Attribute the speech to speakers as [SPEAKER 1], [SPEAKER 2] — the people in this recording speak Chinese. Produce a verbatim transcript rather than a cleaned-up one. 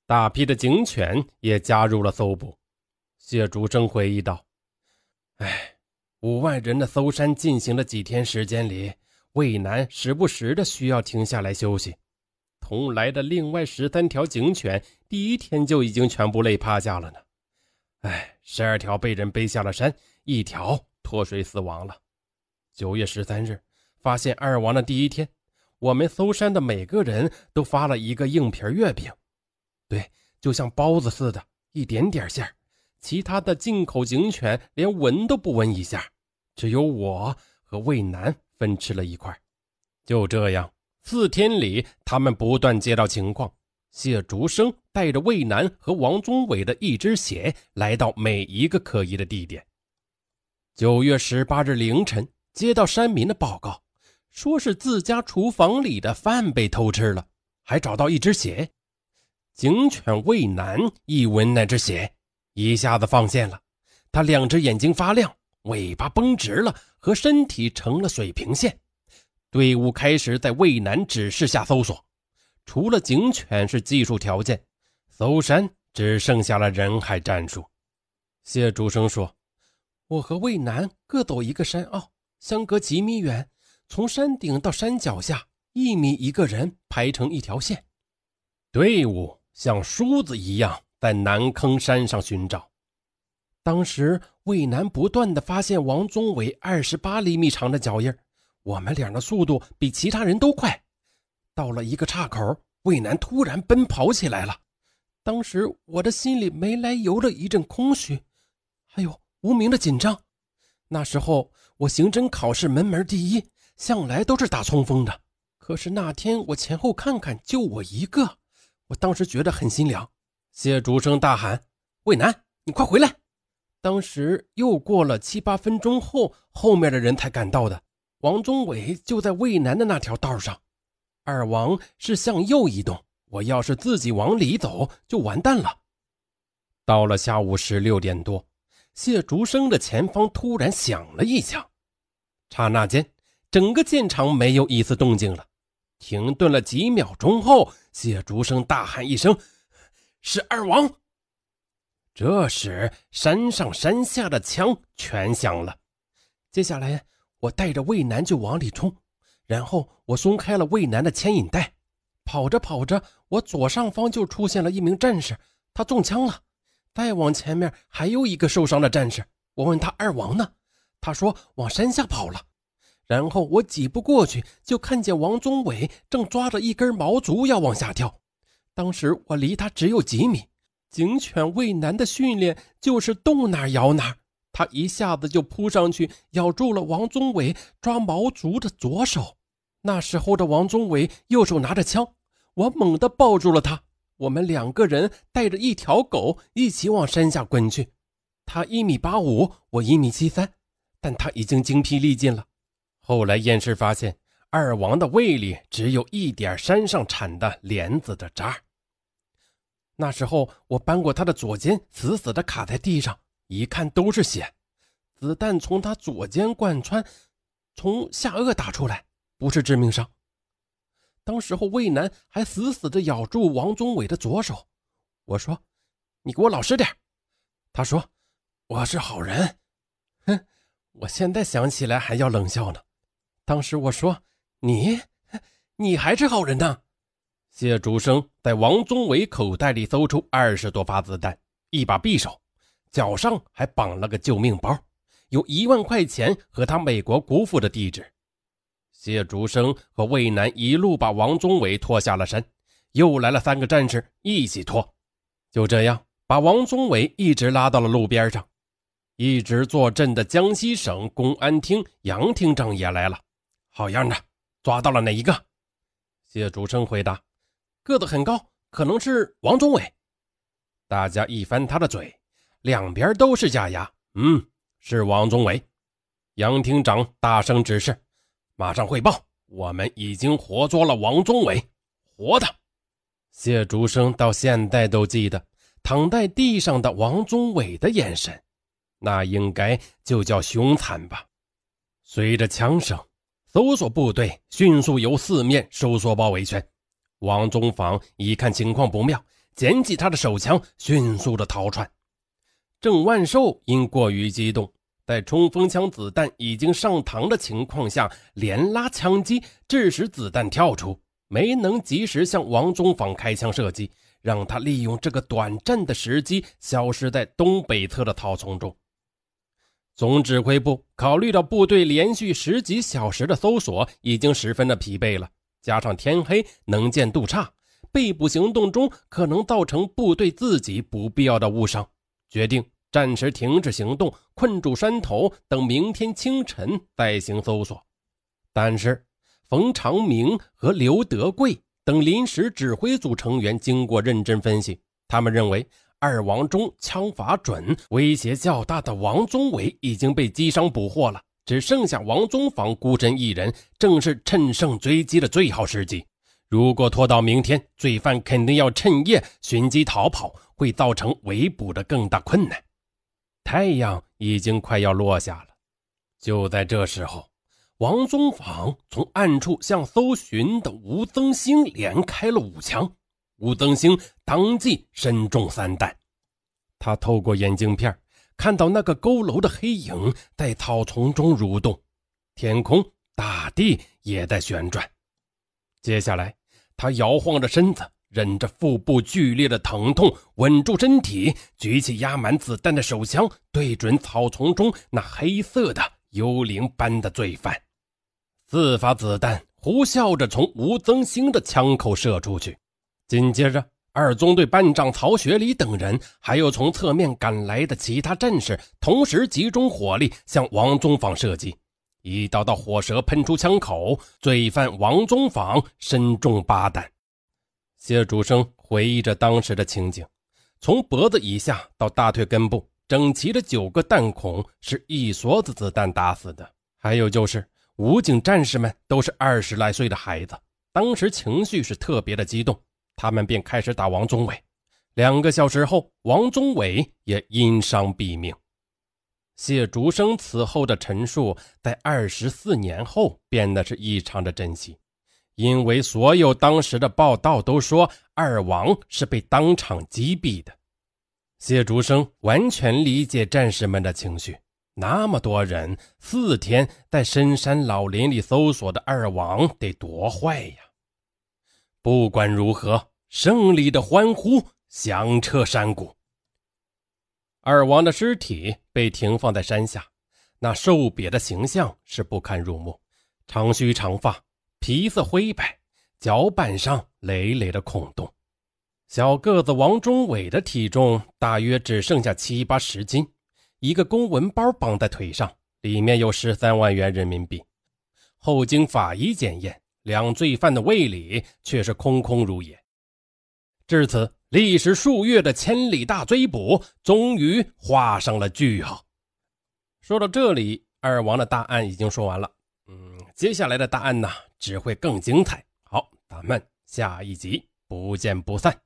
[SPEAKER 1] 大批的警犬也加入了搜捕。谢竹生回忆道：哎，五万人的搜山进行了几天时间里，渭南时不时的需要停下来休息。同来的另外十三条警犬第一天就已经全部累趴下了呢。哎，十二条被人背下了山，一条脱水死亡了。九月十三日，发现二王的第一天，我们搜山的每个人都发了一个硬皮月饼。对，就像包子似的，一点点馅儿。其他的进口警犬连闻都不闻一下，只有我和渭南分吃了一块。就这样，四天里他们不断接到情况，谢竹生带着渭南和王宗伟的一只血来到每一个可疑的地点。九月十八日凌晨，接到山民的报告，说是自家厨房里的饭被偷吃了，还找到一只血。警犬渭南一闻那只血，一下子放线了，他两只眼睛发亮，尾巴绷直了，和身体成了水平线。队伍开始在渭南指示下搜索，除了警犬是技术条件，搜山只剩下了人海战术。谢竹生说，我和渭南各走一个山坳，相隔几米远，从山顶到山脚下一米一个人排成一条线。队伍像梳子一样在南坑山上寻找。当时渭南不断地发现王宗伟二十八厘米长的脚印，我们俩的速度比其他人都快。到了一个岔口，渭南突然奔跑起来了。当时我的心里没来由的一阵空虚，还有无名的紧张。那时候我刑侦考试门门第一，向来都是打冲锋的，可是那天我前后看看就我一个，我当时觉得很心凉。谢竹生大喊，渭南，你快回来。当时又过了七八分钟后，后面的人才赶到的。王宗伟就在渭南的那条道上，二王是向右移动，我要是自己往里走就完蛋了。到了下午十六点多，谢竹生的前方突然响了一枪，刹那间整个现场没有一丝动静了。停顿了几秒钟后，谢竹生大喊一声，是二王。这时山上山下的枪全响了。接下来我带着渭南就往里冲，然后我松开了渭南的牵引带，跑着跑着，我左上方就出现了一名战士，他中枪了。再往前面还有一个受伤的战士，我问他二王呢，他说往山下跑了。然后我挤不过去，就看见王宗伟正抓着一根毛竹要往下跳。当时我离他只有几米，警犬渭南的训练就是动哪咬哪，他一下子就扑上去咬住了王宗伟抓毛竹的左手。那时候的王宗伟右手拿着枪，我猛地抱住了他，我们两个人带着一条狗一起往山下滚去。他一米八五，我一米七三，但他已经精疲力尽了。后来验尸发现，二王的胃里只有一点山上产的莲子的渣。那时候我扳过他的左肩，死死地卡在地上，一看都是血，子弹从他左肩贯穿，从下颚打出来，不是致命伤。当时候渭南还死死地咬住王宗伟的左手，我说你给我老实点。他说我是好人。哼，我现在想起来还要冷笑呢。当时我说你你还是好人呢。谢竹生在王宗伟口袋里搜出二十多发子弹，一把匕首，脚上还绑了个救命包，有一万块钱和他美国姑父的地址。谢竹生和渭南一路把王宗伟拖下了山，又来了三个战士一起拖，就这样把王宗伟一直拉到了路边上。一直坐镇的江西省公安厅杨厅长也来了。好样的，抓到了哪一个？谢竹生回答，个子很高，可能是王宗伟。大家一翻他的嘴，两边都是假牙，嗯，是王宗伟。杨厅长大声指示，马上汇报，我们已经活捉了王宗伟，活的。谢竹生到现在都记得躺在地上的王宗伟的眼神，那应该就叫凶残吧。随着枪声，搜索部队迅速由四面收缩包围圈。王宗坊一看情况不妙， 捡起他的手枪，迅速的逃窜。郑万寿因过于激动，在冲锋枪子弹已经上膛的情况下连拉枪击，致使子弹跳出，没能及时向王宗坊开枪射击，让他利用这个短暂的时机消失在东北侧的草丛中。总指挥部考虑到部队连续十几小时的搜索已经十分的疲惫了，加上天黑能见度差，被捕行动中可能造成部队自己不必要的误伤，决定暂时停止行动，困住山头，等明天清晨再行搜索。但是冯长明和刘德贵等临时指挥组成员经过认真分析，他们认为二王中枪法准，威胁较大的王宗伟已经被击伤捕获了，只剩下王宗坊孤身一人，正是趁胜追击的最好时机。如果拖到明天，罪犯肯定要趁夜寻机逃跑，会造成围捕的更大困难。太阳已经快要落下了，就在这时候，王宗坊从暗处向搜寻的吴增兴连开了五枪，吴增兴当即身中三弹。他透过眼镜片看到那个佝偻的黑影在草丛中蠕动，天空大地也在旋转。接下来他摇晃着身子，忍着腹部剧烈的疼痛，稳住身体，举起压满子弹的手枪，对准草丛中那黑色的幽灵般的罪犯。四发子弹呼啸着从吴增兴的枪口射出去，紧接着二中队班长曹学礼等人还有从侧面赶来的其他战士同时集中火力向王宗坊射击，一道道火舌喷出枪口，罪犯王宗坊身中八弹。谢主生回忆着当时的情景，从脖子以下到大腿根部整齐的九个弹孔是一梭子子弹打死的。还有就是武警战士们都是二十来岁的孩子，当时情绪是特别的激动，他们便开始打王宗伟。两个小时后，王宗伟也因伤毙命。谢竹生此后的陈述在二十四年后变得是异常的珍惜，因为所有当时的报道都说二王是被当场击毙的。谢竹生完全理解战士们的情绪，那么多人四天在深山老林里搜索的二王得多坏呀！不管如何，胜利的欢呼响彻山谷。二王的尸体被停放在山下，那瘦瘪的形象是不堪入目，长须长发，皮色灰白，脚板上累累的孔洞。小个子王宗伟的体重大约只剩下七八十斤，一个公文包绑在腿上，里面有十三万元人民币。后经法医检验，两罪犯的胃里却是空空如也。至此，历时数月的千里大追捕终于画上了句号。说到这里，二王的大案已经说完了，嗯，接下来的大案呢，只会更精彩。好，咱们下一集不见不散。